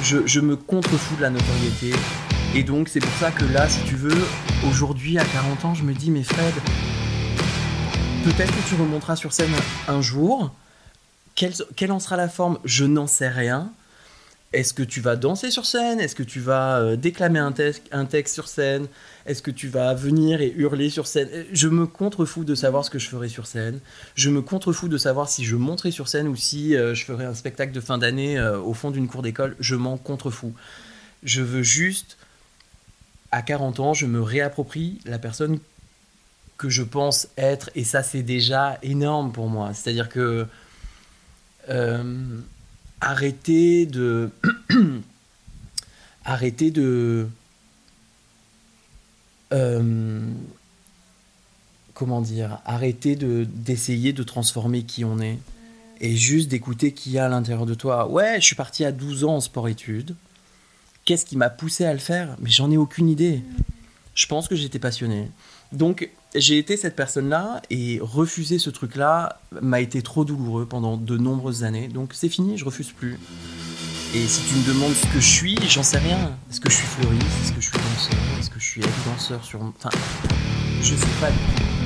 je me contrefous de la notoriété. Et donc c'est pour ça que là, si tu veux, aujourd'hui à 40 ans, je me dis, mais Fred, peut-être que tu remonteras sur scène un jour. Quelle en sera la forme ? Je n'en sais rien. Est-ce que tu vas danser sur scène ? Est-ce que tu vas déclamer un texte sur scène ? Est-ce que tu vas venir et hurler sur scène ? Je me contrefous de savoir ce que je ferai sur scène. Je me contrefous de savoir si je monterai sur scène ou si je ferai un spectacle de fin d'année au fond d'une cour d'école. Je m'en contrefous. Je veux juste, à 40 ans, je me réapproprie la personne que je pense être. Et ça, c'est déjà énorme pour moi. C'est-à-dire que... arrêter de comment dire, arrêter d'essayer de transformer qui on est et juste d'écouter qui y a à l'intérieur de toi. Ouais, je suis parti à 12 ans en sport-études. Qu'est-ce qui m'a poussé à le faire ? Mais j'en ai aucune idée. Je pense que j'étais passionné. Donc, j'ai été cette personne-là et refuser ce truc-là m'a été trop douloureux pendant de nombreuses années. Donc, c'est fini, je refuse plus. Et si tu me demandes ce que je suis, j'en sais rien. Est-ce que je suis fleuriste ? Est-ce que je suis danseur ? Est-ce que je suis danseur sur... Enfin, je sais pas du tout.